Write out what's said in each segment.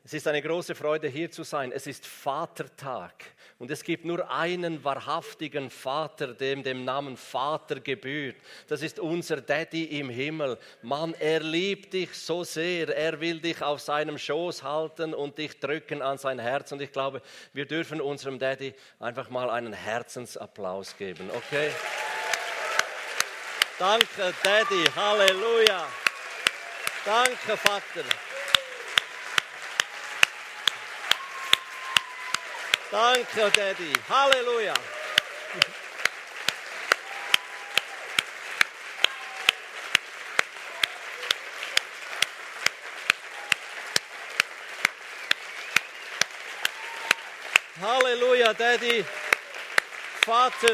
Es ist eine große Freude, hier zu sein. Es ist Vatertag und es gibt nur einen wahrhaftigen Vater, dem Namen Vater gebührt. Das ist unser Daddy im Himmel. Mann, er liebt dich so sehr. Er will dich auf seinem Schoß halten und dich drücken an sein Herz. Und ich glaube, wir dürfen unserem Daddy einfach mal einen Herzensapplaus geben, okay? Danke, Daddy. Halleluja. Danke, Vater. Danke, Daddy. Halleluja. Halleluja, Daddy. Vater.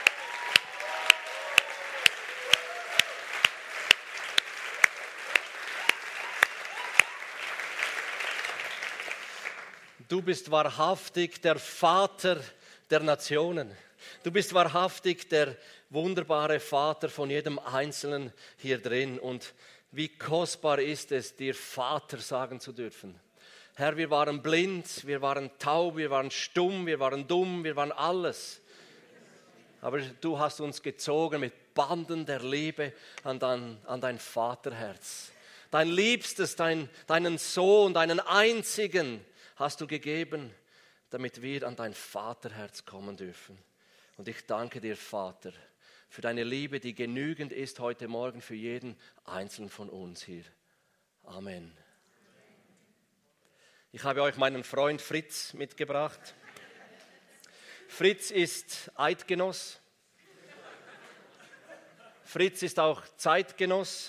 Du bist wahrhaftig der Vater der Nationen. Du bist wahrhaftig der wunderbare Vater von jedem Einzelnen hier drin. Und wie kostbar ist es, dir Vater sagen zu dürfen. Herr, wir waren blind, wir waren taub, wir waren stumm, wir waren dumm, wir waren alles. Aber du hast uns gezogen mit Banden der Liebe an dein Vaterherz. Dein Liebstes, deinen Sohn, deinen einzigen hast du gegeben, damit wir an dein Vaterherz kommen dürfen. Und ich danke dir, Vater, für deine Liebe, die genügend ist heute Morgen für jeden Einzelnen von uns hier. Amen. Ich habe euch meinen Freund Fritz mitgebracht. Fritz ist Eidgenoss. Fritz ist auch Zeitgenoss.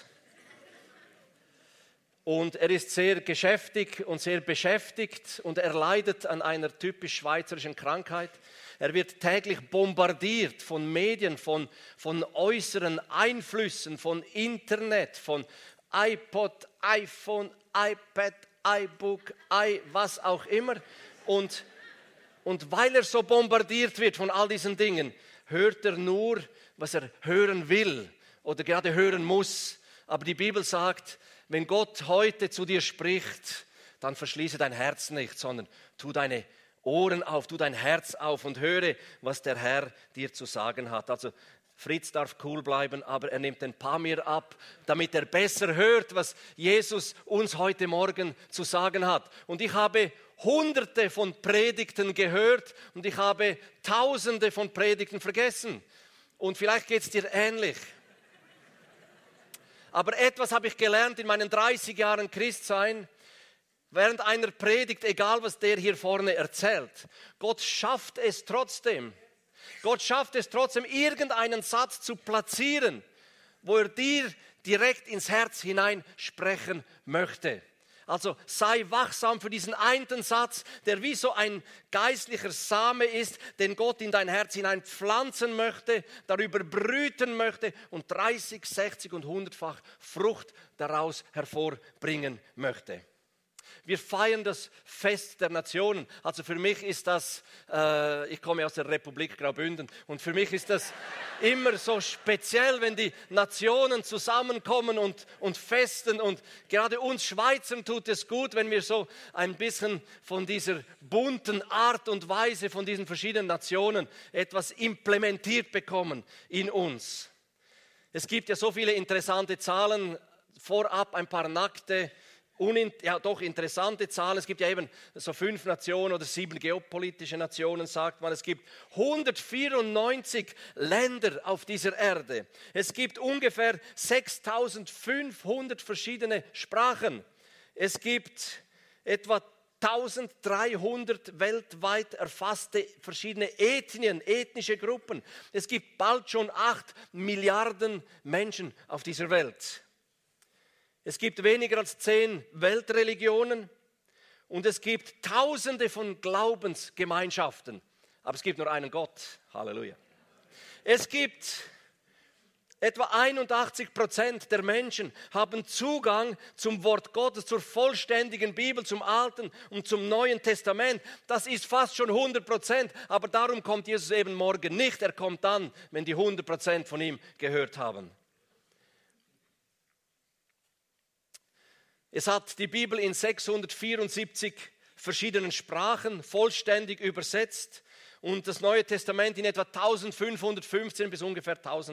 Und er ist sehr geschäftig und sehr beschäftigt und er leidet an einer typisch schweizerischen Krankheit. Er wird täglich bombardiert von Medien, von äußeren Einflüssen, von Internet, von iPod, iPhone, iPad, iBook, was auch immer. Und weil er so bombardiert wird von all diesen Dingen, hört er nur, was er hören will oder gerade hören muss. Aber die Bibel sagt, wenn Gott heute zu dir spricht, dann verschließe dein Herz nicht, sondern tu deine Ohren auf, tu dein Herz auf und höre, was der Herr dir zu sagen hat. Also Fritz darf cool bleiben, aber er nimmt den Pamir ab, damit er besser hört, was Jesus uns heute Morgen zu sagen hat. Und ich habe Hunderte von Predigten gehört und ich habe Tausende von Predigten vergessen. Und vielleicht geht es dir ähnlich. Aber etwas habe ich gelernt in meinen 30 Jahren Christsein, während einer Predigt, egal was der hier vorne erzählt. Gott schafft es trotzdem. Gott schafft es trotzdem, irgendeinen Satz zu platzieren, wo er dir direkt ins Herz hinein sprechen möchte. Also sei wachsam für diesen einen Satz, der wie so ein geistlicher Same ist, den Gott in dein Herz hinein pflanzen möchte, darüber brüten möchte und 30, 60 und 100-fach Frucht daraus hervorbringen möchte. Wir feiern das Fest der Nationen. Also für mich ist das, ich komme aus der Republik Graubünden und für mich ist das immer so speziell, wenn die Nationen zusammenkommen und festen. Und gerade uns Schweizern tut es gut, wenn wir so ein bisschen von dieser bunten Art und Weise von diesen verschiedenen Nationen etwas implementiert bekommen in uns. Es gibt ja so viele interessante Zahlen, vorab ein paar nackte, interessante Zahlen. Es gibt ja eben so 5 Nationen oder 7 geopolitische Nationen, sagt man. Es gibt 194 Länder auf dieser Erde. Es gibt ungefähr 6500 verschiedene Sprachen. Es gibt etwa 1300 weltweit erfasste verschiedene Ethnien, ethnische Gruppen. Es gibt bald schon 8 Milliarden Menschen auf dieser Welt. Es gibt weniger als 10 Weltreligionen und es gibt Tausende von Glaubensgemeinschaften. Aber es gibt nur einen Gott. Halleluja. Es gibt etwa 81% der Menschen haben Zugang zum Wort Gottes, zur vollständigen Bibel, zum Alten und zum Neuen Testament. Das ist fast schon 100%, aber darum kommt Jesus eben morgen nicht. Er kommt dann, wenn die 100% von ihm gehört haben. Es hat die Bibel in 674 verschiedenen Sprachen vollständig übersetzt und das Neue Testament in etwa 1515 bis ungefähr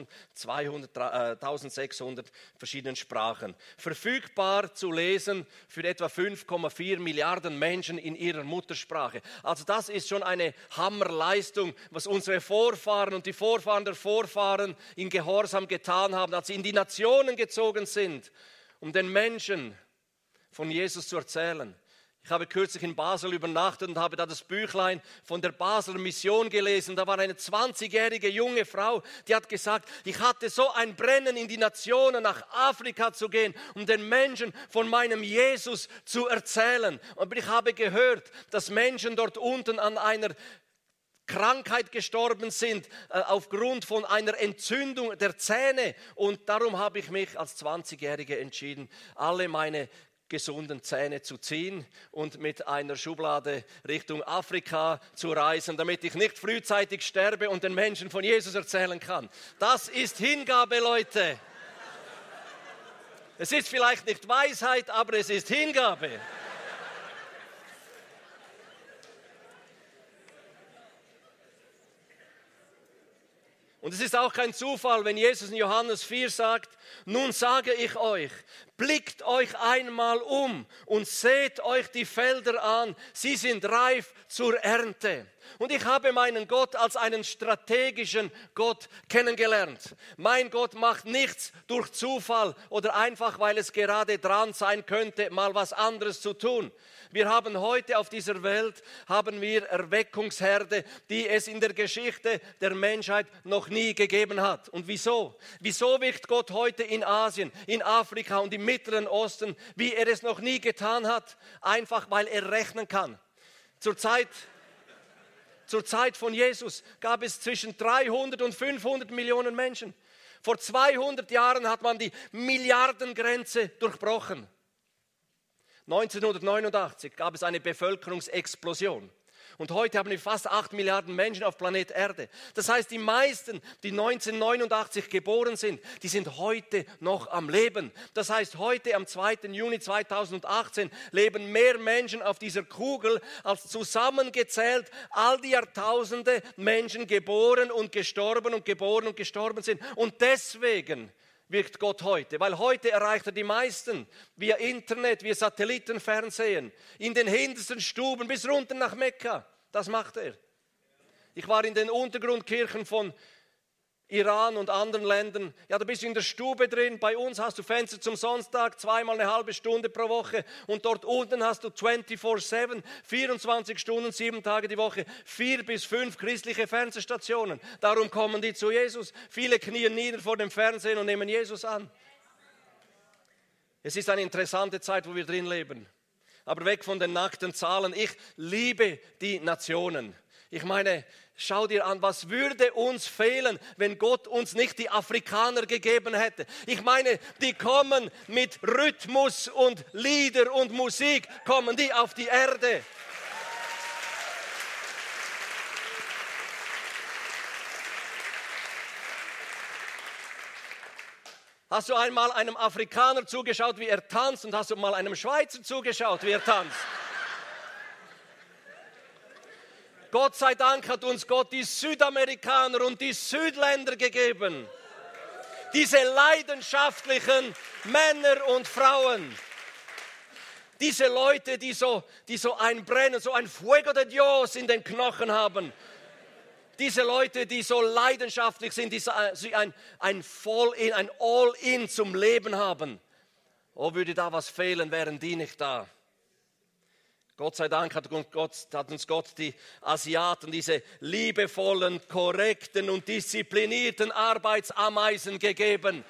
1600 verschiedenen Sprachen. Verfügbar zu lesen für etwa 5,4 Milliarden Menschen in ihrer Muttersprache. Also das ist schon eine Hammerleistung, was unsere Vorfahren und die Vorfahren der Vorfahren in Gehorsam getan haben, als sie in die Nationen gezogen sind, um den Menschen von Jesus zu erzählen. Ich habe kürzlich in Basel übernachtet und habe da das Büchlein von der Basler Mission gelesen. Da war eine 20-jährige junge Frau, die hat gesagt, ich hatte so ein Brennen in die Nationen, nach Afrika zu gehen, um den Menschen von meinem Jesus zu erzählen. Aber ich habe gehört, dass Menschen dort unten an einer Krankheit gestorben sind, aufgrund von einer Entzündung der Zähne. Und darum habe ich mich als 20-Jährige entschieden, alle meine gesunden Zähne zu ziehen und mit einer Schublade Richtung Afrika zu reisen, damit ich nicht frühzeitig sterbe und den Menschen von Jesus erzählen kann. Das ist Hingabe, Leute. Es ist vielleicht nicht Weisheit, aber es ist Hingabe. Und es ist auch kein Zufall, wenn Jesus in Johannes 4 sagt, nun sage ich euch, blickt euch einmal um und seht euch die Felder an, sie sind reif zur Ernte. Und ich habe meinen Gott als einen strategischen Gott kennengelernt. Mein Gott macht nichts durch Zufall oder einfach, weil es gerade dran sein könnte, mal was anderes zu tun. Wir haben heute auf dieser Welt, Erweckungsherde, die es in der Geschichte der Menschheit noch nie gegeben hat. Und wieso? Wieso wirkt Gott heute in Asien, in Afrika und im Mittleren Osten, wie er es noch nie getan hat? Einfach, weil er rechnen kann. Zur Zeit von Jesus gab es zwischen 300 und 500 Millionen Menschen. Vor 200 Jahren hat man die Milliardengrenze durchbrochen. 1989 gab es eine Bevölkerungsexplosion. Und heute haben wir fast 8 Milliarden Menschen auf Planet Erde. Das heißt, die meisten, die 1989 geboren sind, die sind heute noch am Leben. Das heißt, heute am 2. Juni 2018 leben mehr Menschen auf dieser Kugel, als zusammengezählt all die Jahrtausende Menschen geboren und gestorben sind. Und deswegen wirkt Gott heute, weil heute erreicht er die meisten via Internet, via Satellitenfernsehen, in den hintersten Stuben bis runter nach Mekka. Das macht er. Ich war in den Untergrundkirchen von Iran und anderen Ländern. Ja, da bist du in der Stube drin. Bei uns hast du Fenster zum Sonntag, zweimal eine halbe Stunde pro Woche. Und dort unten hast du 24/7, 24 Stunden, 7 Tage die Woche, 4 bis 5 christliche Fernsehstationen. Darum kommen die zu Jesus. Viele knien nieder vor dem Fernsehen und nehmen Jesus an. Es ist eine interessante Zeit, wo wir drin leben. Aber weg von den nackten Zahlen. Ich liebe die Nationen. Ich meine, schau dir an, was würde uns fehlen, wenn Gott uns nicht die Afrikaner gegeben hätte. Ich meine, die kommen mit Rhythmus und Lieder und Musik, kommen die auf die Erde. Hast du einmal einem Afrikaner zugeschaut, wie er tanzt, und hast du mal einem Schweizer zugeschaut, wie er tanzt? Gott sei Dank hat uns Gott die Südamerikaner und die Südländer gegeben. Diese leidenschaftlichen Männer und Frauen. Diese Leute, die so ein Brennen, so ein Fuego de Dios in den Knochen haben. Diese Leute, die so leidenschaftlich sind, die ein All-in, ein All-in zum Leben haben. Oh, würde da was fehlen, wären die nicht da. Gott sei Dank hat uns Gott die Asiaten, diese liebevollen, korrekten und disziplinierten Arbeitsameisen gegeben.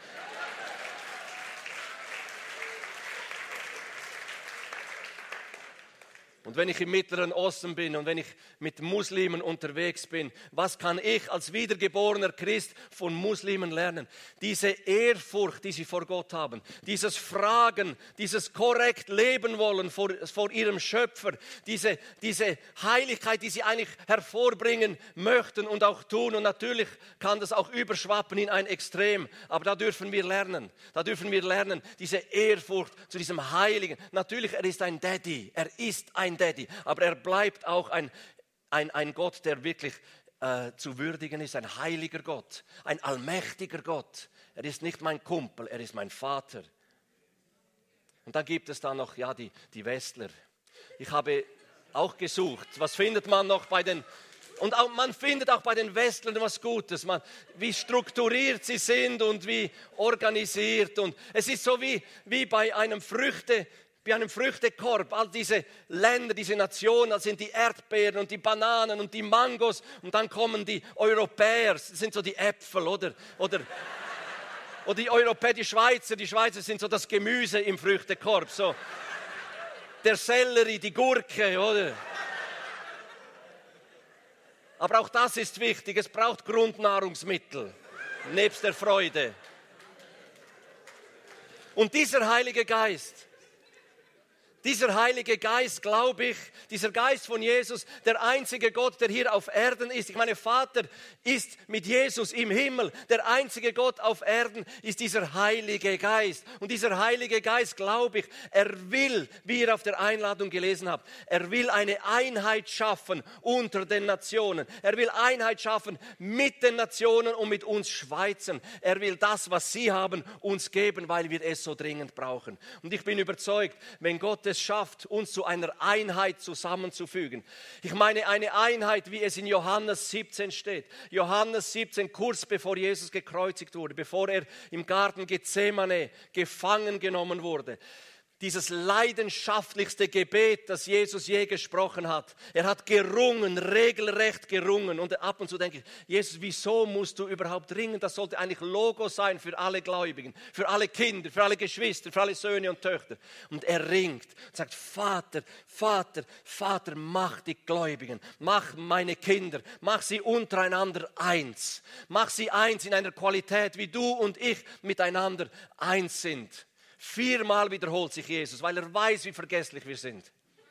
Und wenn ich im Mittleren Osten bin und wenn ich mit Muslimen unterwegs bin, was kann ich als wiedergeborener Christ von Muslimen lernen? Diese Ehrfurcht, die sie vor Gott haben, dieses Fragen, dieses korrekt leben wollen vor ihrem Schöpfer, diese Heiligkeit, die sie eigentlich hervorbringen möchten und auch tun. Und natürlich kann das auch überschwappen in ein Extrem, aber da dürfen wir lernen. Da dürfen wir lernen, diese Ehrfurcht zu diesem Heiligen. Natürlich, er ist ein Daddy, er ist ein mein Daddy, aber er bleibt auch ein Gott, der wirklich zu würdigen ist, ein heiliger Gott, ein allmächtiger Gott. Er ist nicht mein Kumpel, er ist mein Vater. Und dann gibt es da noch die Westler. Ich habe auch gesucht, was findet man noch bei den... Und auch, man findet auch bei den Westlern was Gutes, wie strukturiert sie sind und wie organisiert. Und es ist so wie bei einem Früchtekorb, all diese Länder, diese Nationen, da sind die Erdbeeren und die Bananen und die Mangos und dann kommen die Europäer, das sind so die Äpfel oder die Europäer, die Schweizer sind so das Gemüse im Früchtekorb, so der Sellerie, die Gurke, oder? Aber auch das ist wichtig, es braucht Grundnahrungsmittel, nebst der Freude. Und dieser Heilige Geist, glaube ich, dieser Geist von Jesus, der einzige Gott, der hier auf Erden ist. Ich meine, Vater ist mit Jesus im Himmel. Der einzige Gott auf Erden ist dieser Heilige Geist. Und dieser Heilige Geist, glaube ich, er will, wie ihr auf der Einladung gelesen habt, er will eine Einheit schaffen unter den Nationen. Er will Einheit schaffen mit den Nationen und mit uns Schweizern. Er will das, was sie haben, uns geben, weil wir es so dringend brauchen. Und ich bin überzeugt, wenn Gott es schafft, uns zu einer Einheit zusammenzufügen. Ich meine eine Einheit, wie es in Johannes 17 steht. Johannes 17, kurz bevor Jesus gekreuzigt wurde, bevor er im Garten Gethsemane gefangen genommen wurde. Dieses leidenschaftlichste Gebet, das Jesus je gesprochen hat. Er hat gerungen, regelrecht gerungen. Und ab und zu denke ich, Jesus, wieso musst du überhaupt ringen? Das sollte eigentlich Logo sein für alle Gläubigen, für alle Kinder, für alle Geschwister, für alle Söhne und Töchter. Und er ringt und sagt, Vater, Vater, Vater, mach die Gläubigen, mach meine Kinder, mach sie untereinander eins. Mach sie eins in einer Qualität, wie du und ich miteinander eins sind. 4-mal wiederholt sich Jesus, weil er weiß, wie vergesslich wir sind.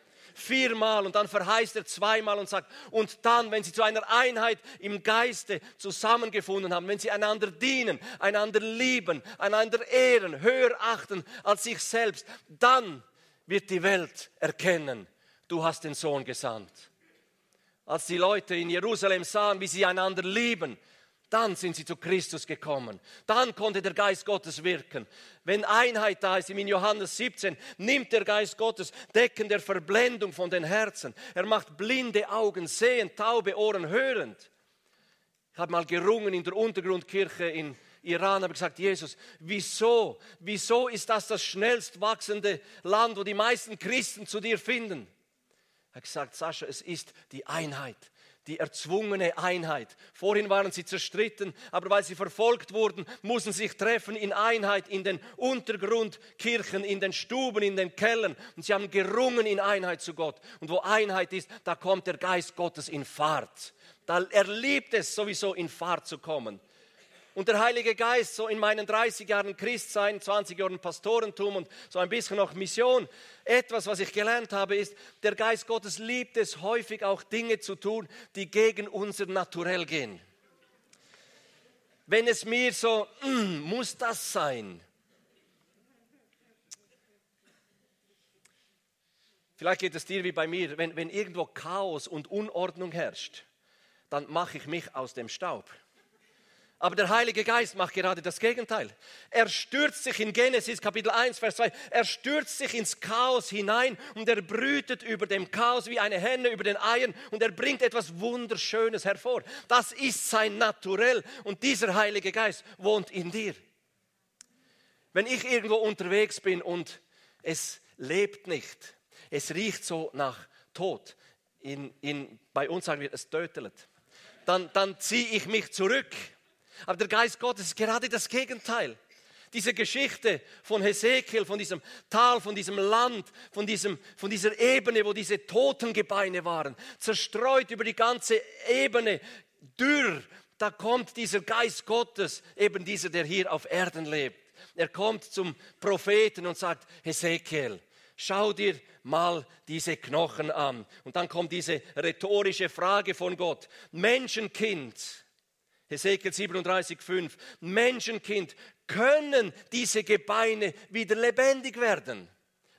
4-mal und dann verheißt er 2-mal und sagt, und dann, wenn sie zu einer Einheit im Geiste zusammengefunden haben, wenn sie einander dienen, einander lieben, einander ehren, höher achten als sich selbst, dann wird die Welt erkennen, du hast den Sohn gesandt. Als die Leute in Jerusalem sahen, wie sie einander lieben, dann sind sie zu Christus gekommen. Dann konnte der Geist Gottes wirken. Wenn Einheit da ist, in Johannes 17, nimmt der Geist Gottes Decken der Verblendung von den Herzen. Er macht blinde Augen sehend, taube Ohren hörend. Ich habe mal gerungen in der Untergrundkirche in Iran, habe gesagt, Jesus, wieso ist das schnellst wachsende Land, wo die meisten Christen zu dir finden? Er hat gesagt, Sascha, es ist die Einheit. Die erzwungene Einheit. Vorhin waren sie zerstritten, aber weil sie verfolgt wurden, mussten sie sich treffen in Einheit in den Untergrundkirchen, in den Stuben, in den Kellern. Und sie haben gerungen in Einheit zu Gott. Und wo Einheit ist, da kommt der Geist Gottes in Fahrt. Er liebt es sowieso, in Fahrt zu kommen. Und der Heilige Geist, so in meinen 30 Jahren Christsein, 20 Jahren Pastorentum und so ein bisschen noch Mission, etwas, was ich gelernt habe, ist, der Geist Gottes liebt es häufig auch Dinge zu tun, die gegen unser Naturell gehen. Wenn es mir so, muss das sein? Vielleicht geht es dir wie bei mir, wenn irgendwo Chaos und Unordnung herrscht, dann mache ich mich aus dem Staub. Aber der Heilige Geist macht gerade das Gegenteil. Er stürzt sich in Genesis Kapitel 1, Vers 2, er stürzt sich ins Chaos hinein und er brütet über dem Chaos wie eine Henne über den Eiern und er bringt etwas Wunderschönes hervor. Das ist sein Naturell und dieser Heilige Geist wohnt in dir. Wenn ich irgendwo unterwegs bin und es lebt nicht, es riecht so nach Tod, bei uns sagen wir, es tötelt, dann ziehe ich mich zurück. Aber der Geist Gottes ist gerade das Gegenteil. Diese Geschichte von Hesekiel, von diesem Tal, von diesem Land, von dieser Ebene, wo diese Totengebeine waren, zerstreut über die ganze Ebene, dürr, da kommt dieser Geist Gottes, eben dieser, der hier auf Erden lebt. Er kommt zum Propheten und sagt, Hesekiel, schau dir mal diese Knochen an. Und dann kommt diese rhetorische Frage von Gott. Menschenkind, Hesekiel 37,5. Menschenkind, können diese Gebeine wieder lebendig werden?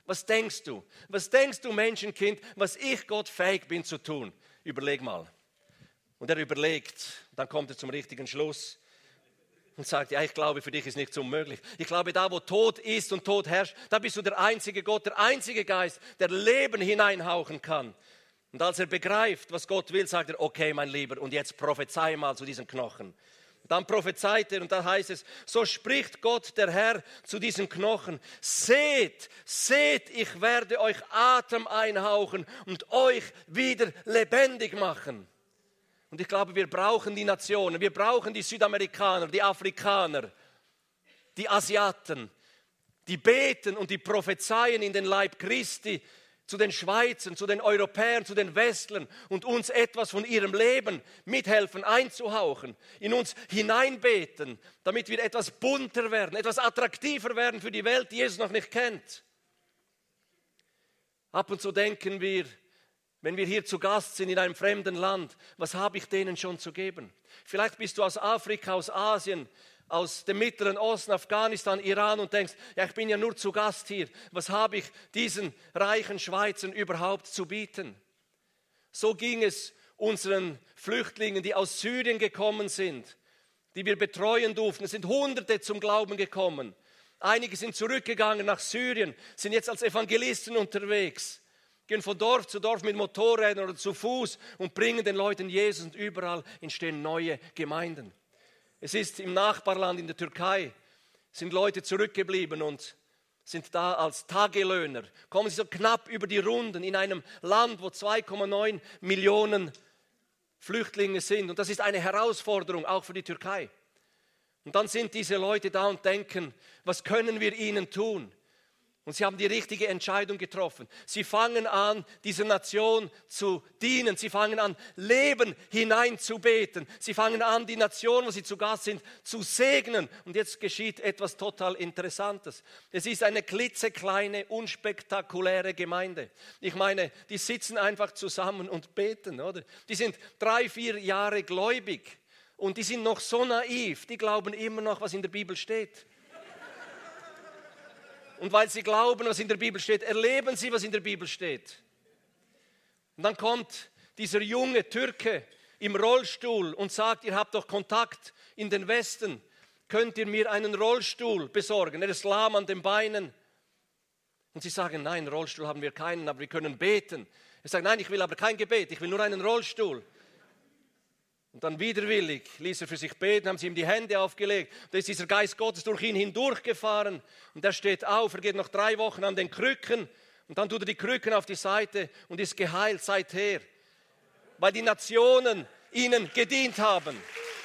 Was denkst du? Was denkst du, Menschenkind, was ich Gott fähig bin zu tun? Überleg mal. Und er überlegt, dann kommt er zum richtigen Schluss und sagt, ja, ich glaube, für dich ist nichts unmöglich. Ich glaube, da, wo Tod ist und Tod herrscht, da bist du der einzige Gott, der einzige Geist, der Leben hineinhauchen kann. Und als er begreift, was Gott will, sagt er, okay, mein Lieber, und jetzt prophezei mal zu diesen Knochen. Dann prophezeit er und da heißt es, so spricht Gott, der Herr, zu diesen Knochen, seht, ich werde euch Atem einhauchen und euch wieder lebendig machen. Und ich glaube, wir brauchen die Nationen, wir brauchen die Südamerikaner, die Afrikaner, die Asiaten, die beten und die prophezeien in den Leib Christi zu den Schweizern, zu den Europäern, zu den Westlern und uns etwas von ihrem Leben mithelfen einzuhauchen, in uns hineinbeten, damit wir etwas bunter werden, etwas attraktiver werden für die Welt, die Jesus noch nicht kennt. Ab und zu denken wir, wenn wir hier zu Gast sind in einem fremden Land, was habe ich denen schon zu geben? Vielleicht bist du aus Afrika, aus Asien, aus dem Mittleren Osten, Afghanistan, Iran und denkst, ja, ich bin ja nur zu Gast hier. Was habe ich diesen reichen Schweizern überhaupt zu bieten? So ging es unseren Flüchtlingen, die aus Syrien gekommen sind, die wir betreuen durften. Es sind Hunderte zum Glauben gekommen. Einige sind zurückgegangen nach Syrien, sind jetzt als Evangelisten unterwegs. Gehen von Dorf zu Dorf mit Motorrädern oder zu Fuß und bringen den Leuten Jesus und überall entstehen neue Gemeinden. Es ist im Nachbarland in der Türkei, sind Leute zurückgeblieben und sind da als Tagelöhner. Kommen sie so knapp über die Runden in einem Land, wo 2,9 Millionen Flüchtlinge sind. Und das ist eine Herausforderung auch für die Türkei. Und dann sind diese Leute da und denken, was können wir ihnen tun? Und sie haben die richtige Entscheidung getroffen. Sie fangen an, dieser Nation zu dienen. Sie fangen an, Leben hineinzubeten. Sie fangen an, die Nation, wo sie zu Gast sind, zu segnen. Und jetzt geschieht etwas total Interessantes. Es ist eine klitzekleine, unspektakuläre Gemeinde. Ich meine, die sitzen einfach zusammen und beten, oder? Die sind 3-4 Jahre gläubig. Und die sind noch so naiv. Die glauben immer noch, was in der Bibel steht. Und weil sie glauben, was in der Bibel steht, erleben sie, was in der Bibel steht. Und dann kommt dieser junge Türke im Rollstuhl und sagt, ihr habt doch Kontakt in den Westen. Könnt ihr mir einen Rollstuhl besorgen? Er ist lahm an den Beinen. Und sie sagen, nein, Rollstuhl haben wir keinen, aber wir können beten. Er sagt, nein, ich will aber kein Gebet, ich will nur einen Rollstuhl. Und dann widerwillig ließ er für sich beten, haben sie ihm die Hände aufgelegt. Da ist dieser Geist Gottes durch ihn hindurchgefahren. Und er steht auf, er geht noch 3 Wochen an den Krücken. Und dann tut er die Krücken auf die Seite und ist geheilt seither. Weil die Nationen ihnen gedient haben.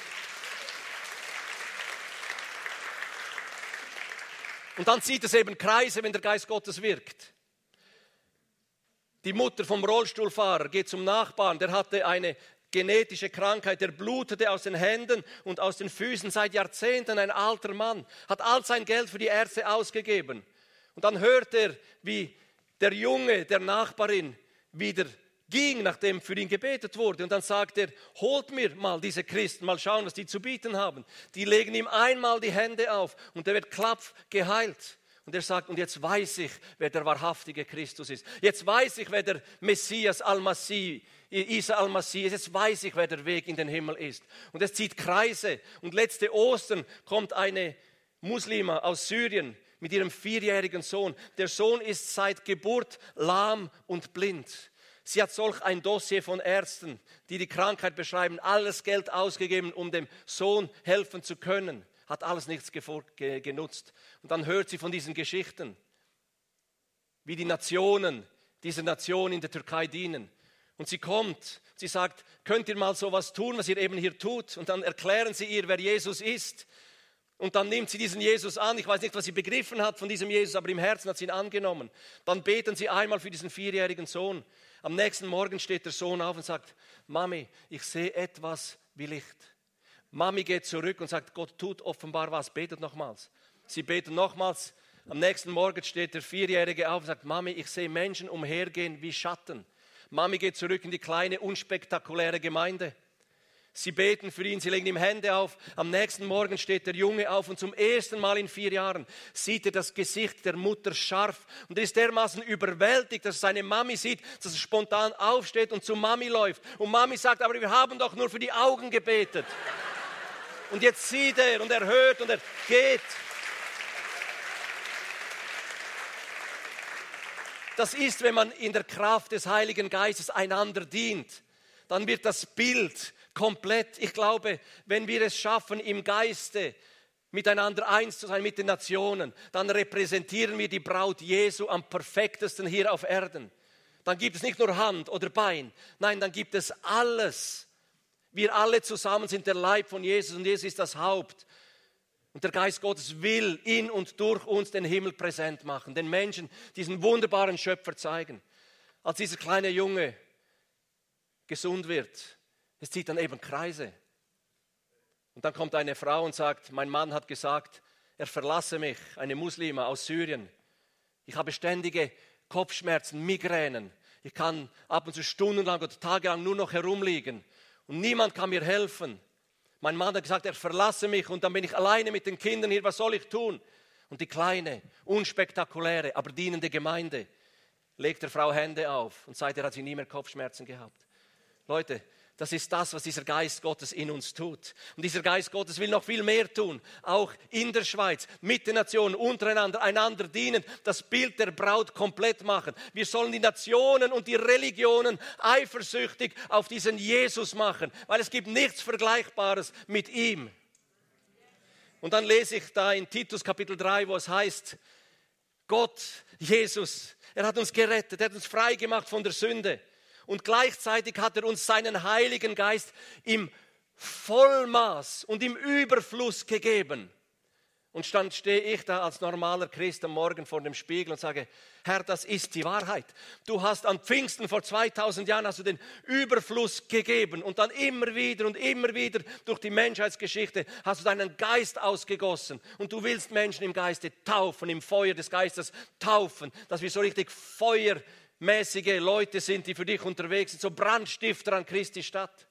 Und dann zieht es eben Kreise, wenn der Geist Gottes wirkt. Die Mutter vom Rollstuhlfahrer geht zum Nachbarn, der hatte eine genetische Krankheit, der blutete aus den Händen und aus den Füßen seit Jahrzehnten, ein alter Mann, hat all sein Geld für die Ärzte ausgegeben. Und dann hört er, wie der Junge der Nachbarin wieder ging, nachdem für ihn gebetet wurde. Und dann sagt er, holt mir mal diese Christen, mal schauen, was die zu bieten haben. Die legen ihm einmal die Hände auf und er wird klapf geheilt. Und er sagt, und jetzt weiß ich, wer der wahrhaftige Christus ist. Jetzt weiß ich, wer der Messias Al-Masih, Isa Al-Masih ist. Jetzt weiß ich, wer der Weg in den Himmel ist. Und es zieht Kreise. Und letzte Ostern kommt eine Muslima aus Syrien mit ihrem 4-jährigen Sohn. Der Sohn ist seit Geburt lahm und blind. Sie hat solch ein Dossier von Ärzten, die die Krankheit beschreiben, alles Geld ausgegeben, um dem Sohn helfen zu können. Hat alles nichts genutzt. Und dann hört sie von diesen Geschichten, wie die Nationen, dieser Nation in der Türkei dienen. Und sie kommt, sie sagt, könnt ihr mal sowas tun, was ihr eben hier tut? Und dann erklären sie ihr, wer Jesus ist. Und dann nimmt sie diesen Jesus an. Ich weiß nicht, was sie begriffen hat von diesem Jesus, aber im Herzen hat sie ihn angenommen. Dann beten sie einmal für diesen 4-jährigen Sohn. Am nächsten Morgen steht der Sohn auf und sagt, Mami, ich sehe etwas wie Licht. Mami geht zurück und sagt, Gott tut offenbar was, betet nochmals. Sie beten nochmals. Am nächsten Morgen steht der 4-Jährige auf und sagt, Mami, ich sehe Menschen umhergehen wie Schatten. Mami geht zurück in die kleine, unspektakuläre Gemeinde. Sie beten für ihn, sie legen ihm Hände auf. Am nächsten Morgen steht der Junge auf und zum ersten Mal in 4 Jahren sieht er das Gesicht der Mutter scharf. Und er ist dermaßen überwältigt, dass er seine Mami sieht, dass er spontan aufsteht und zu Mami läuft. Und Mami sagt, aber wir haben doch nur für die Augen gebetet. Und jetzt sieht er und er hört und er geht. Das ist, wenn man in der Kraft des Heiligen Geistes einander dient, dann wird das Bild komplett. Ich glaube, wenn wir es schaffen, im Geiste miteinander eins zu sein, mit den Nationen, dann repräsentieren wir die Braut Jesu am perfektesten hier auf Erden. Dann gibt es nicht nur Hand oder Bein, nein, dann gibt es alles. Wir alle zusammen sind der Leib von Jesus und Jesus ist das Haupt. Und der Geist Gottes will in und durch uns den Himmel präsent machen, den Menschen diesen wunderbaren Schöpfer zeigen. Als dieser kleine Junge gesund wird, es zieht dann eben Kreise. Und dann kommt eine Frau und sagt, mein Mann hat gesagt, er verlasse mich, eine Muslima aus Syrien. Ich habe ständige Kopfschmerzen, Migränen. Ich kann ab und zu stundenlang oder tagelang nur noch herumliegen. Und niemand kann mir helfen. Mein Mann hat gesagt, er verlasse mich und dann bin ich alleine mit den Kindern hier, was soll ich tun? Und die kleine, unspektakuläre, aber dienende Gemeinde legt der Frau Hände auf und seither hat sie nie mehr Kopfschmerzen gehabt. Leute, das ist das, was dieser Geist Gottes in uns tut. Und dieser Geist Gottes will noch viel mehr tun, auch in der Schweiz, mit den Nationen, untereinander, einander dienen, das Bild der Braut komplett machen. Wir sollen die Nationen und die Religionen eifersüchtig auf diesen Jesus machen, weil es gibt nichts Vergleichbares mit ihm. Und dann lese ich da in Titus Kapitel 3, wo es heißt, Gott, Jesus, er hat uns gerettet, er hat uns frei gemacht von der Sünde. Und gleichzeitig hat er uns seinen Heiligen Geist im Vollmaß und im Überfluss gegeben. Und dann stehe ich da als normaler Christ am Morgen vor dem Spiegel und sage, Herr, das ist die Wahrheit. Du hast an Pfingsten vor 2000 Jahren hast du den Überfluss gegeben und dann immer wieder durch die Menschheitsgeschichte hast du deinen Geist ausgegossen. Und du willst Menschen im Geiste taufen, im Feuer des Geistes taufen, dass wir so richtig feuermäßige Leute sind, die für dich unterwegs sind, so Brandstifter an Christi Stadt.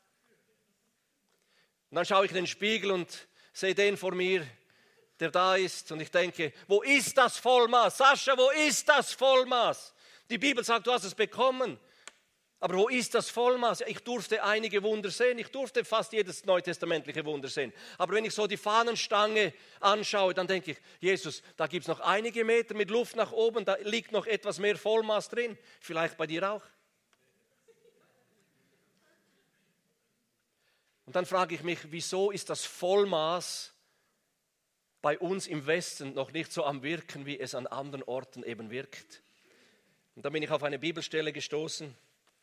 Und dann schaue ich in den Spiegel und sehe den vor mir, der da ist und ich denke, wo ist das Vollmaß? Sascha, wo ist das Vollmaß? Die Bibel sagt, du hast es bekommen. Aber wo ist das Vollmaß? Ich durfte einige Wunder sehen, ich durfte fast jedes neutestamentliche Wunder sehen. Aber wenn ich so die Fahnenstange anschaue, dann denke ich, Jesus, da gibt es noch einige Meter mit Luft nach oben, da liegt noch etwas mehr Vollmaß drin. Vielleicht bei dir auch. Und dann frage ich mich, wieso ist das Vollmaß bei uns im Westen noch nicht so am Wirken, wie es an anderen Orten eben wirkt? Und dann bin ich auf eine Bibelstelle gestoßen.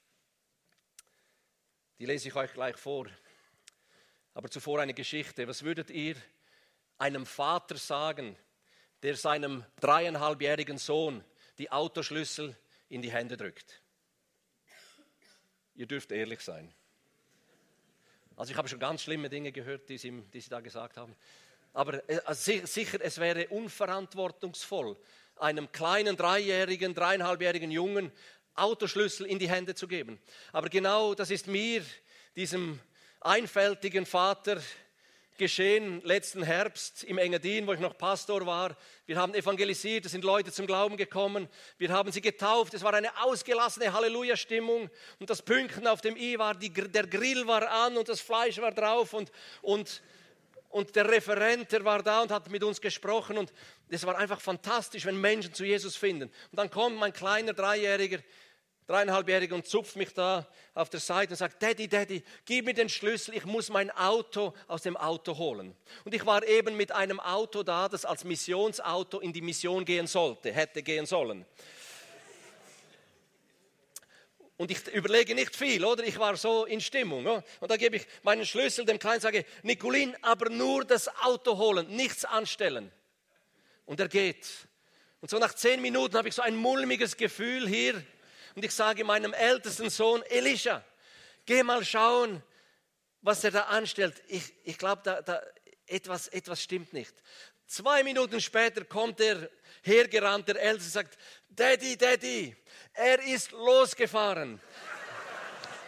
Die lese ich euch gleich vor. Aber zuvor eine Geschichte. Was würdet ihr einem Vater sagen, der seinem 3,5-jährigen Sohn die Autoschlüssel in die Hände drückt? Ihr dürft ehrlich sein. Also ich habe schon ganz schlimme Dinge gehört, die sie da gesagt haben. Aber sicher, es wäre unverantwortungsvoll, einem kleinen 3,5-jährigen Jungen Autoschlüssel in die Hände zu geben. Aber genau das ist mir, diesem einfältigen Vater, geschehen letzten Herbst im Engadin, wo ich noch Pastor war. Wir haben evangelisiert, es sind Leute zum Glauben gekommen. Wir haben sie getauft, es war eine ausgelassene Halleluja-Stimmung. Und das Pünktchen auf dem I war, der Grill war an und das Fleisch war drauf und der Referent, der war da und hat mit uns gesprochen und es war einfach fantastisch, wenn Menschen zu Jesus finden. Und dann kommt mein kleiner 3,5-Jähriger und zupft mich da auf der Seite und sagt, Daddy, gib mir den Schlüssel, ich muss mein Auto aus dem Auto holen. Und ich war eben mit einem Auto da, das als Missionsauto in die Mission gehen sollte, hätte gehen sollen. Und ich überlege nicht viel, oder? Ich war so in Stimmung. Oder? Und da gebe ich meinen Schlüssel dem Kleinen und sage, Nicolin, aber nur das Auto holen, nichts anstellen. Und er geht. Und so nach 10 Minuten habe ich so ein mulmiges Gefühl hier. Und ich sage meinem ältesten Sohn, Elisha, geh mal schauen, was er da anstellt. Ich glaube, da etwas stimmt nicht. 2 Minuten später kommt er hergerannt, der Älteste sagt, Daddy, er ist losgefahren.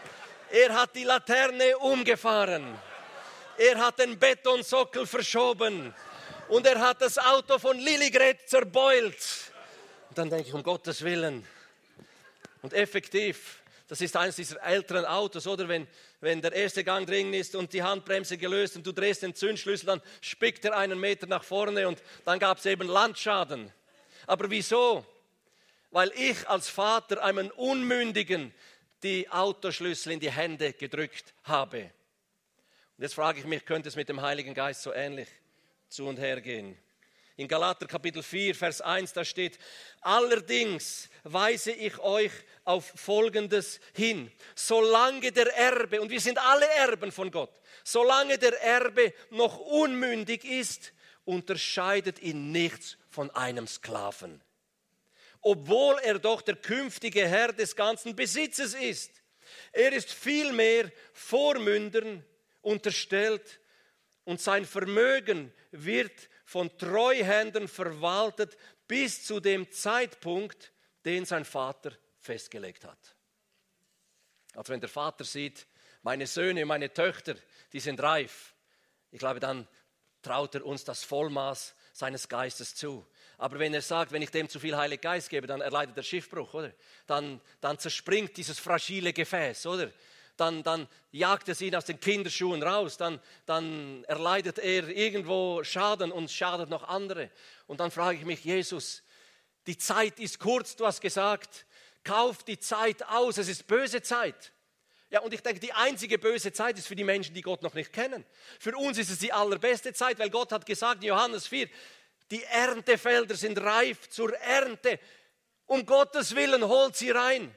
Er hat die Laterne umgefahren. Er hat den Betonsockel verschoben. Und er hat das Auto von Lilligret zerbeult. Und dann denke ich, um Gottes Willen. Und effektiv, das ist eines dieser älteren Autos, oder? Wenn der erste Gang drin ist und die Handbremse gelöst und du drehst den Zündschlüssel, dann spickt er einen Meter nach vorne und dann gab es eben Landschaden. Aber wieso? Weil ich als Vater einem Unmündigen die Autoschlüssel in die Hände gedrückt habe. Und jetzt frage ich mich, könnte es mit dem Heiligen Geist so ähnlich zu und her gehen? In Galater Kapitel 4, Vers 1, da steht, allerdings weise ich euch auf Folgendes hin. Solange der Erbe, und wir sind alle Erben von Gott, solange der Erbe noch unmündig ist, unterscheidet ihn nichts von einem Sklaven. Obwohl er doch der künftige Herr des ganzen Besitzes ist. Er ist vielmehr Vormündern unterstellt und sein Vermögen wird von Treuhändern verwaltet bis zu dem Zeitpunkt, den sein Vater festgelegt hat. Also wenn der Vater sieht, meine Söhne, meine Töchter, die sind reif, ich glaube, dann traut er uns das Vollmaß seines Geistes zu. Aber wenn er sagt, wenn ich dem zu viel Heiligen Geist gebe, dann erleidet er Schiffbruch, oder? Dann zerspringt dieses fragile Gefäß, oder? Dann jagt es ihn aus den Kinderschuhen raus, dann erleidet er irgendwo Schaden und schadet noch andere. Und dann frage ich mich, Jesus, die Zeit ist kurz, du hast gesagt, kauf die Zeit aus, es ist böse Zeit. Ja, und ich denke, die einzige böse Zeit ist für die Menschen, die Gott noch nicht kennen. Für uns ist es die allerbeste Zeit, weil Gott hat gesagt in Johannes 4, die Erntefelder sind reif zur Ernte. Um Gottes Willen holt sie rein.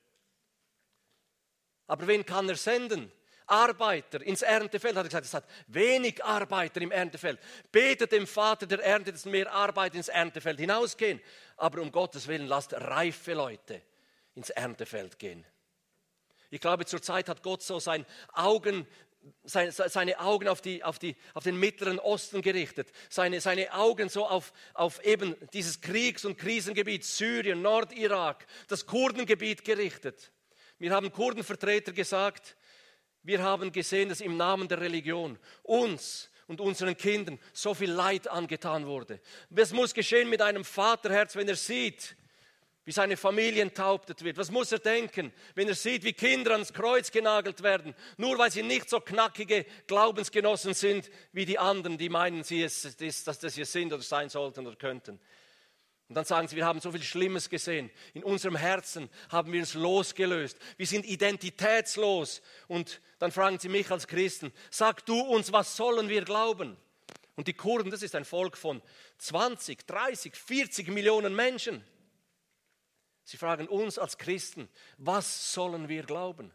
Aber wen kann er senden? Arbeiter ins Erntefeld, hat er gesagt, es hat wenig Arbeiter im Erntefeld. Betet dem Vater der Ernte, dass mehr Arbeiter ins Erntefeld hinausgehen. Aber um Gottes Willen, lasst reife Leute ins Erntefeld gehen. Ich glaube, zurzeit hat Gott so seine Augen auf den Mittleren Osten gerichtet. Seine Augen so auf eben dieses Kriegs- und Krisengebiet, Syrien, Nordirak, das Kurdengebiet gerichtet. Mir haben Kurdenvertreter gesagt, wir haben gesehen, dass im Namen der Religion uns und unseren Kindern so viel Leid angetan wurde. Was muss geschehen mit einem Vaterherz, wenn er sieht, wie seine Familie enthauptet wird? Was muss er denken, wenn er sieht, wie Kinder ans Kreuz genagelt werden, nur weil sie nicht so knackige Glaubensgenossen sind wie die anderen, die meinen, dass das hier sind oder sein sollten oder könnten? Und dann sagen sie, wir haben so viel Schlimmes gesehen. In unserem Herzen haben wir uns losgelöst. Wir sind identitätslos. Und dann fragen sie mich als Christen, sag du uns, was sollen wir glauben? Und die Kurden, das ist ein Volk von 20, 30, 40 Millionen Menschen. Sie fragen uns als Christen, was sollen wir glauben?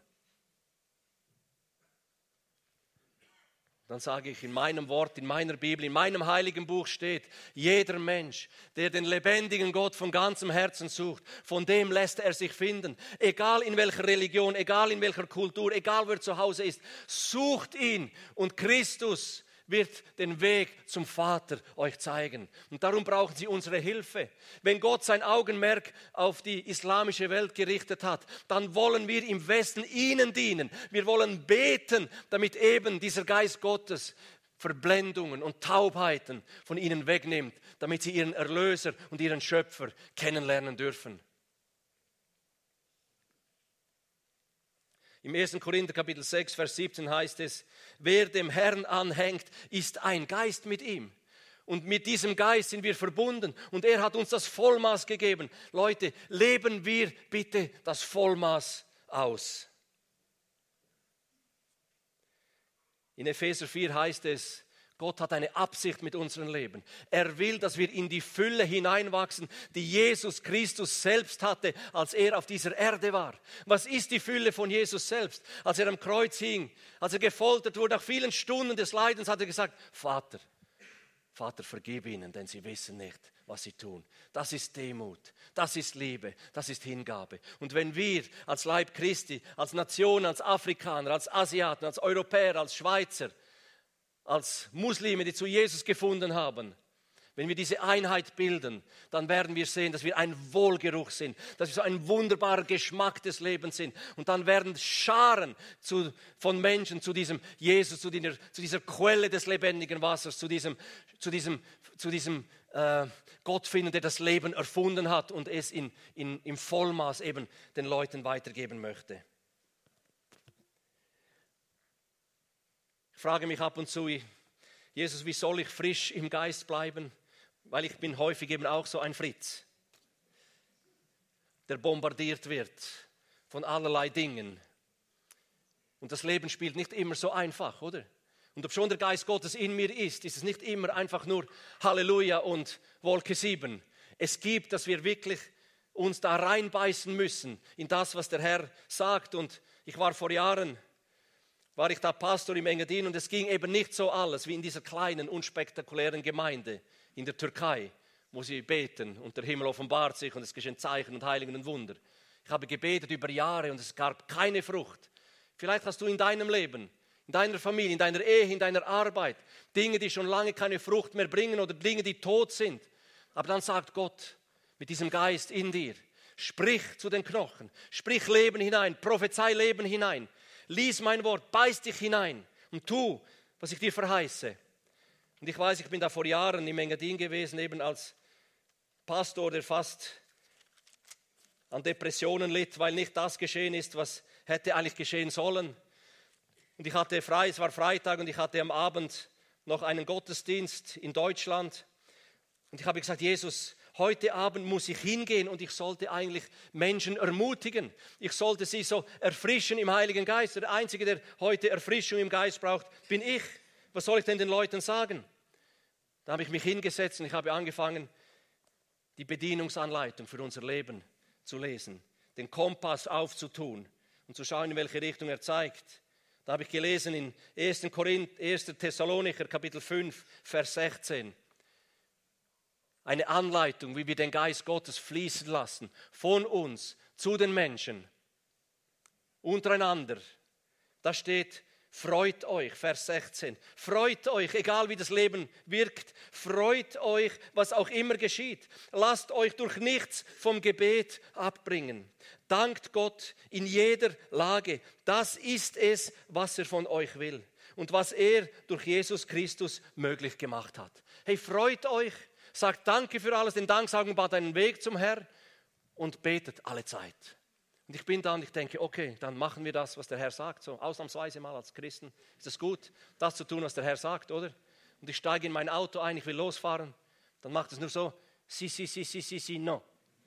Dann sage ich, in meinem Wort, in meiner Bibel, in meinem heiligen Buch steht, jeder Mensch, der den lebendigen Gott von ganzem Herzen sucht, von dem lässt er sich finden. Egal in welcher Religion, egal in welcher Kultur, egal wo er zu Hause ist, sucht ihn und Christus wird den Weg zum Vater euch zeigen. Und darum brauchen sie unsere Hilfe. Wenn Gott sein Augenmerk auf die islamische Welt gerichtet hat, dann wollen wir im Westen ihnen dienen. Wir wollen beten, damit eben dieser Geist Gottes Verblendungen und Taubheiten von ihnen wegnimmt, damit sie ihren Erlöser und ihren Schöpfer kennenlernen dürfen. Im 1. Korinther Kapitel 6, Vers 17 heißt es, wer dem Herrn anhängt, ist ein Geist mit ihm. Und mit diesem Geist sind wir verbunden und er hat uns das Vollmaß gegeben. Leute, leben wir bitte das Vollmaß aus. In Epheser 4 heißt es, Gott hat eine Absicht mit unserem Leben. Er will, dass wir in die Fülle hineinwachsen, die Jesus Christus selbst hatte, als er auf dieser Erde war. Was ist die Fülle von Jesus selbst? Als er am Kreuz hing, als er gefoltert wurde, nach vielen Stunden des Leidens, hat er gesagt, Vater, vergib ihnen, denn sie wissen nicht, was sie tun. Das ist Demut, das ist Liebe, das ist Hingabe. Und wenn wir als Leib Christi, als Nation, als Afrikaner, als Asiaten, als Europäer, als Schweizer, als Muslime, die zu Jesus gefunden haben, Wenn wir diese Einheit bilden, dann werden wir sehen, dass wir ein Wohlgeruch sind, dass wir so ein wunderbarer Geschmack des Lebens sind. Und dann werden Scharen von Menschen zu diesem Jesus, zu dieser Quelle des lebendigen Wassers, zu diesem Gott finden, der das Leben erfunden hat und es im Vollmaß eben den Leuten weitergeben möchte. Ich frage mich ab und zu, Jesus, wie soll ich frisch im Geist bleiben? Weil ich bin häufig eben auch so ein Fritz, der bombardiert wird von allerlei Dingen. Und das Leben spielt nicht immer so einfach, oder? Und ob schon der Geist Gottes in mir ist es nicht immer einfach nur Halleluja und Wolke 7. Es gibt, dass wir wirklich uns da reinbeißen müssen in das, was der Herr sagt. Und ich war vor Jahren da Pastor im Engadin und es ging eben nicht so alles wie in dieser kleinen, unspektakulären Gemeinde in der Türkei, wo sie beten und der Himmel offenbart sich und es geschehen Zeichen und Heiligen und Wunder. Ich habe gebetet über Jahre und es gab keine Frucht. Vielleicht hast du in deinem Leben, in deiner Familie, in deiner Ehe, in deiner Arbeit Dinge, die schon lange keine Frucht mehr bringen oder Dinge, die tot sind. Aber dann sagt Gott mit diesem Geist in dir, sprich zu den Knochen, sprich Leben hinein, prophezei Leben hinein, lies mein Wort, beiß dich hinein und tu, was ich dir verheiße. Und ich weiß, ich bin da vor Jahren im Engadin gewesen, eben als Pastor, der fast an Depressionen litt, weil nicht das geschehen ist, was hätte eigentlich geschehen sollen. Und ich hatte frei, es war Freitag und ich hatte am Abend noch einen Gottesdienst in Deutschland. Und ich habe gesagt, Jesus, heute Abend muss ich hingehen und ich sollte eigentlich Menschen ermutigen. Ich sollte sie so erfrischen im Heiligen Geist. Der Einzige, der heute Erfrischung im Geist braucht, bin ich. Was soll ich denn den Leuten sagen? Da habe ich mich hingesetzt und ich habe angefangen, die Bedienungsanleitung für unser Leben zu lesen, den Kompass aufzutun und zu schauen, in welche Richtung er zeigt. Da habe ich gelesen in 1. Thessalonicher, Kapitel 5, Vers 16. Eine Anleitung, wie wir den Geist Gottes fließen lassen, von uns zu den Menschen, untereinander. Da steht, freut euch, Vers 16. Freut euch, egal wie das Leben wirkt. Freut euch, was auch immer geschieht. Lasst euch durch nichts vom Gebet abbringen. Dankt Gott in jeder Lage. Das ist es, was er von euch will und was er durch Jesus Christus möglich gemacht hat. Hey, freut euch, sagt Danke für alles, den Danksagung bahnt einen Weg zum Herrn und betet alle Zeit. Und ich bin da und ich denke, okay, dann machen wir das, was der Herr sagt. So ausnahmsweise mal als Christen ist es gut, das zu tun, was der Herr sagt, oder? Und ich steige in mein Auto ein, ich will losfahren. Dann macht es nur so, si, no.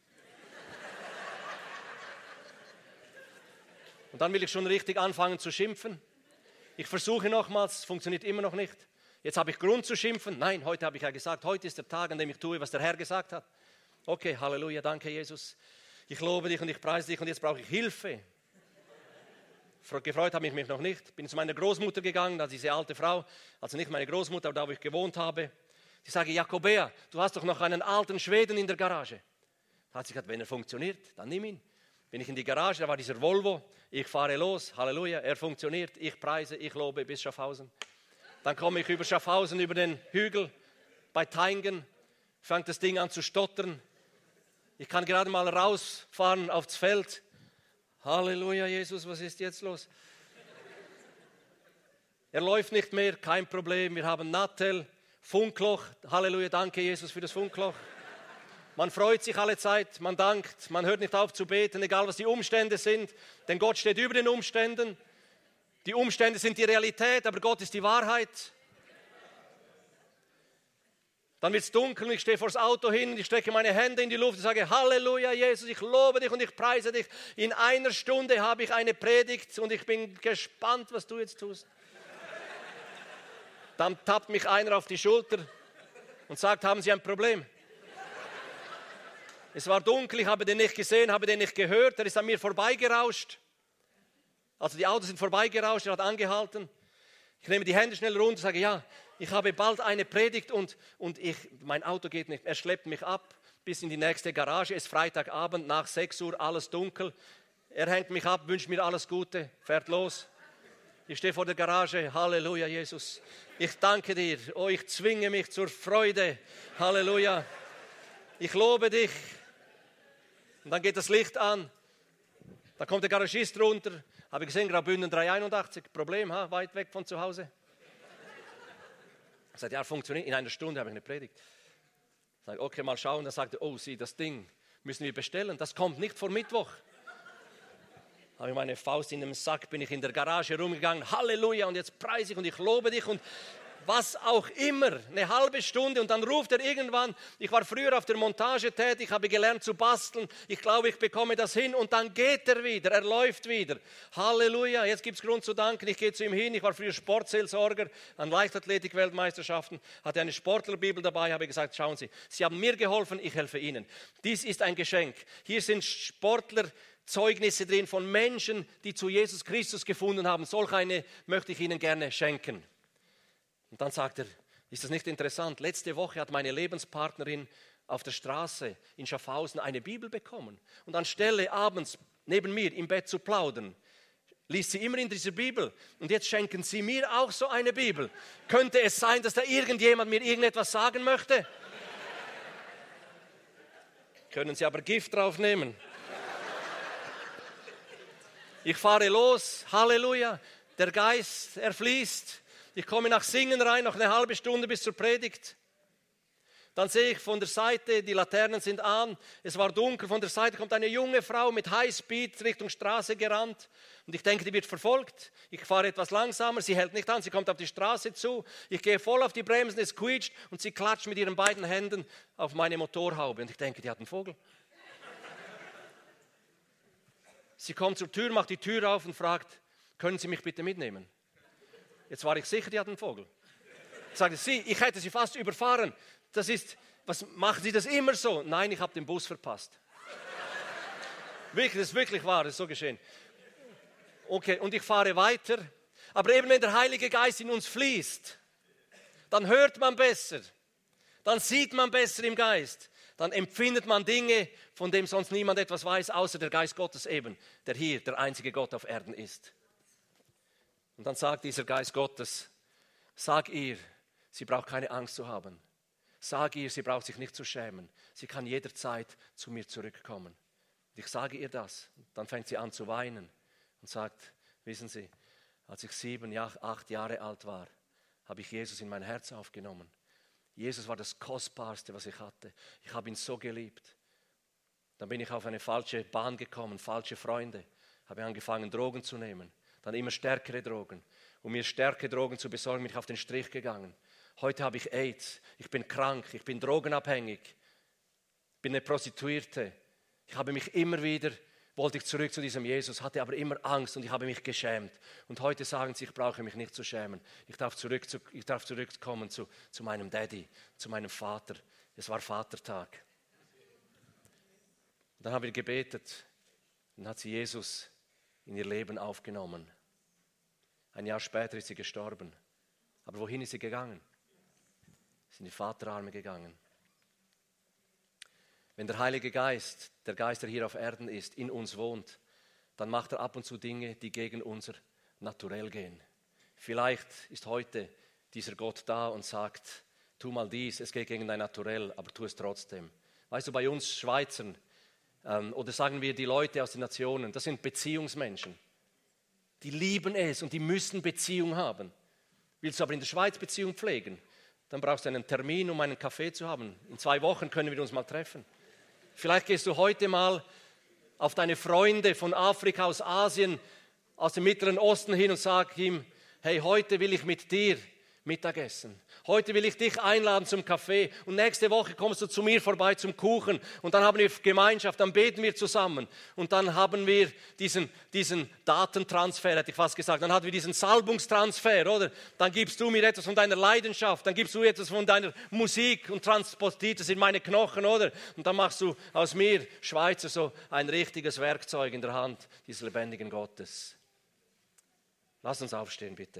Und dann will ich schon richtig anfangen zu schimpfen. Ich versuche nochmals, es funktioniert immer noch nicht. Jetzt habe ich Grund zu schimpfen. Nein, heute habe ich ja gesagt, heute ist der Tag, an dem ich tue, was der Herr gesagt hat. Okay, Halleluja, danke Jesus. Ich lobe dich und ich preise dich und jetzt brauche ich Hilfe. Gefreut habe ich mich noch nicht. Bin zu meiner Großmutter gegangen, also diese alte Frau, also nicht meine Großmutter, aber da, wo ich gewohnt habe. Ich sage, Jakobea, du hast doch noch einen alten Schweden in der Garage. Da hat sie gesagt, wenn er funktioniert, dann nimm ihn. Bin ich in die Garage, da war dieser Volvo. Ich fahre los, Halleluja, er funktioniert. Ich preise, ich lobe bis Schaffhausen. Dann komme ich über Schaffhausen, über den Hügel bei Teingen, fängt das Ding an zu stottern. Ich kann gerade mal rausfahren aufs Feld. Halleluja, Jesus, was ist jetzt los? Er läuft nicht mehr, kein Problem. Wir haben Nattel, Funkloch. Halleluja, danke Jesus für das Funkloch. Man freut sich alle Zeit, man dankt, man hört nicht auf zu beten, egal was die Umstände sind. Denn Gott steht über den Umständen. Die Umstände sind die Realität, aber Gott ist die Wahrheit. Dann wird es dunkel und ich stehe vor das Auto hin und ich strecke meine Hände in die Luft und sage, Halleluja, Jesus, ich lobe dich und ich preise dich. In einer Stunde habe ich eine Predigt und ich bin gespannt, was du jetzt tust. Dann tappt mich einer auf die Schulter und sagt, haben Sie ein Problem? Es war dunkel, ich habe den nicht gesehen, habe den nicht gehört, er ist an mir vorbeigerauscht. Also die Autos sind vorbeigerauscht, er hat angehalten. Ich nehme die Hände schnell runter und sage, ja, ich habe bald eine Predigt und mein Auto geht nicht. Er schleppt mich ab bis in die nächste Garage. Es ist Freitagabend, nach 6 Uhr, alles dunkel. Er hängt mich ab, wünscht mir alles Gute, fährt los. Ich stehe vor der Garage. Halleluja, Jesus. Ich danke dir. Oh, ich zwinge mich zur Freude. Halleluja. Ich lobe dich. Und dann geht das Licht an. Da kommt der Garagist runter. Habe ich gesehen, Graubünden 381. Problem, weit weg von zu Hause. Ich sagte, ja, funktioniert. In einer Stunde habe ich eine Predigt. Ich sage, okay, mal schauen. Dann sagte er, oh, sieh, das Ding müssen wir bestellen. Das kommt nicht vor Mittwoch. Habe ich meine Faust in dem Sack, bin ich in der Garage rumgegangen. Halleluja, und jetzt preise ich und ich lobe dich und was auch immer. Eine halbe Stunde und dann ruft er irgendwann, ich war früher auf der Montage tätig, habe gelernt zu basteln. Ich glaube, ich bekomme das hin und dann geht er wieder, er läuft wieder. Halleluja, jetzt gibt es Grund zu danken. Ich gehe zu ihm hin, ich war früher Sportseelsorger an Leichtathletik-Weltmeisterschaften, hatte eine Sportlerbibel dabei, habe gesagt, schauen Sie, Sie haben mir geholfen, ich helfe Ihnen. Dies ist ein Geschenk. Hier sind Sportlerzeugnisse drin von Menschen, die zu Jesus Christus gefunden haben. Solch eine möchte ich Ihnen gerne schenken. Und dann sagt er, ist das nicht interessant? Letzte Woche hat meine Lebenspartnerin auf der Straße in Schaffhausen eine Bibel bekommen. Und anstelle abends neben mir im Bett zu plaudern, liest sie immer in dieser Bibel. Und jetzt schenken Sie mir auch so eine Bibel. Könnte es sein, dass da irgendjemand mir irgendetwas sagen möchte? Können Sie aber Gift drauf nehmen. Ich fahre los, Halleluja, der Geist, er fließt. Ich komme nach Singen rein, noch eine halbe Stunde bis zur Predigt. Dann sehe ich von der Seite, die Laternen sind an, es war dunkel, von der Seite kommt eine junge Frau mit Highspeed Richtung Straße gerannt. Und ich denke, die wird verfolgt. Ich fahre etwas langsamer, sie hält nicht an, sie kommt auf die Straße zu. Ich gehe voll auf die Bremsen, es quietscht und sie klatscht mit ihren beiden Händen auf meine Motorhaube. Und ich denke, die hat einen Vogel. Sie kommt zur Tür, macht die Tür auf und fragt, können Sie mich bitte mitnehmen? Jetzt war ich sicher, die hat einen Vogel. Sagte sie, ich hätte sie fast überfahren. Was machen Sie das immer so? Nein, ich habe den Bus verpasst. Wirklich, das ist wirklich wahr, das ist so geschehen. Okay, und ich fahre weiter. Aber eben wenn der Heilige Geist in uns fließt, dann hört man besser, dann sieht man besser im Geist, dann empfindet man Dinge, von denen sonst niemand etwas weiß, außer der Geist Gottes eben, der hier der einzige Gott auf Erden ist. Und dann sagt dieser Geist Gottes, sag ihr, sie braucht keine Angst zu haben. Sag ihr, sie braucht sich nicht zu schämen. Sie kann jederzeit zu mir zurückkommen. Und ich sage ihr das. Dann fängt sie an zu weinen und sagt, wissen Sie, als ich 7, 8 Jahre alt war, habe ich Jesus in mein Herz aufgenommen. Jesus war das Kostbarste, was ich hatte. Ich habe ihn so geliebt. Dann bin ich auf eine falsche Bahn gekommen, falsche Freunde. Habe angefangen, Drogen zu nehmen. Dann immer stärkere Drogen. Um mir stärkere Drogen zu besorgen, bin ich auf den Strich gegangen. Heute habe ich AIDS, ich bin krank, ich bin drogenabhängig, bin eine Prostituierte. Ich habe mich immer wieder, wollte ich zurück zu diesem Jesus, hatte aber immer Angst und ich habe mich geschämt. Und heute sagen sie, ich brauche mich nicht zu schämen. Ich darf zurückkommen zu meinem Daddy, zu meinem Vater. Es war Vatertag. Und dann haben wir gebetet. Dann hat sie Jesus in ihr Leben aufgenommen. Ein Jahr später ist sie gestorben. Aber wohin ist sie gegangen? Sie ist in die Vaterarme gegangen. Wenn der Heilige Geist, der Geist, der hier auf Erden ist, in uns wohnt, dann macht er ab und zu Dinge, die gegen unser Naturell gehen. Vielleicht ist heute dieser Gott da und sagt, tu mal dies, es geht gegen dein Naturell, aber tu es trotzdem. Weißt du, bei uns Schweizern, oder sagen wir die Leute aus den Nationen, das sind Beziehungsmenschen. Die lieben es und die müssen Beziehung haben. Willst du aber in der Schweiz Beziehung pflegen, dann brauchst du einen Termin, um einen Kaffee zu haben. In 2 Wochen können wir uns mal treffen. Vielleicht gehst du heute mal auf deine Freunde von Afrika, aus Asien, aus dem Mittleren Osten hin und sag ihm, hey, heute will ich mit dir Mittagessen. Heute will ich dich einladen zum Kaffee und nächste Woche kommst du zu mir vorbei zum Kuchen und dann haben wir Gemeinschaft, dann beten wir zusammen und dann haben wir diesen Datentransfer, hätte ich fast gesagt, dann haben wir diesen Salbungstransfer, oder? Dann gibst du mir etwas von deiner Leidenschaft, dann gibst du etwas von deiner Musik und transportierst es in meine Knochen, oder? Und dann machst du aus mir, Schweizer, so ein richtiges Werkzeug in der Hand dieses lebendigen Gottes. Lass uns aufstehen, bitte.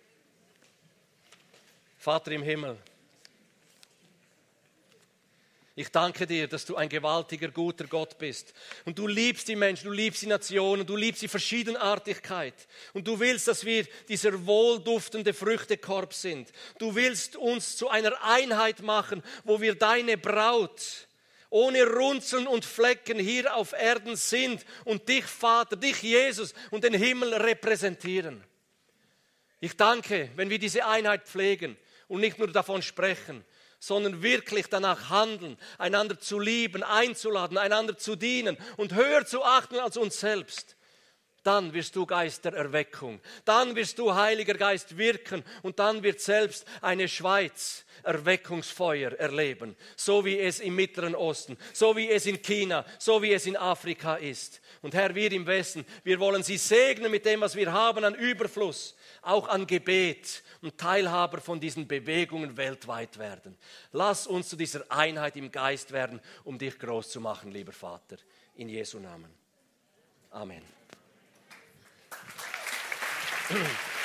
Vater im Himmel, Ich danke dir, dass du ein gewaltiger, guter Gott bist. Und du liebst die Menschen, du liebst die Nationen, du liebst die Verschiedenartigkeit. Und du willst, dass wir dieser wohlduftende Früchtekorb sind. Du willst uns zu einer Einheit machen, wo wir deine Braut ohne Runzeln und Flecken hier auf Erden sind und dich, Vater, dich, Jesus, und den Himmel repräsentieren. Ich danke, wenn wir diese Einheit pflegen und nicht nur davon sprechen, sondern wirklich danach handeln, einander zu lieben, einzuladen, einander zu dienen und höher zu achten als uns selbst. Dann wirst du Geist der Erweckung, dann wirst du, Heiliger Geist, wirken und dann wird selbst eine Schweiz Erweckungsfeuer erleben, so wie es im Mittleren Osten, so wie es in China, so wie es in Afrika ist. Und Herr, wir im Westen, wir wollen sie segnen mit dem, was wir haben an Überfluss, auch an Gebet und Teilhaber von diesen Bewegungen weltweit werden. Lass uns zu dieser Einheit im Geist werden, um dich groß zu machen, lieber Vater, in Jesu Namen. Amen.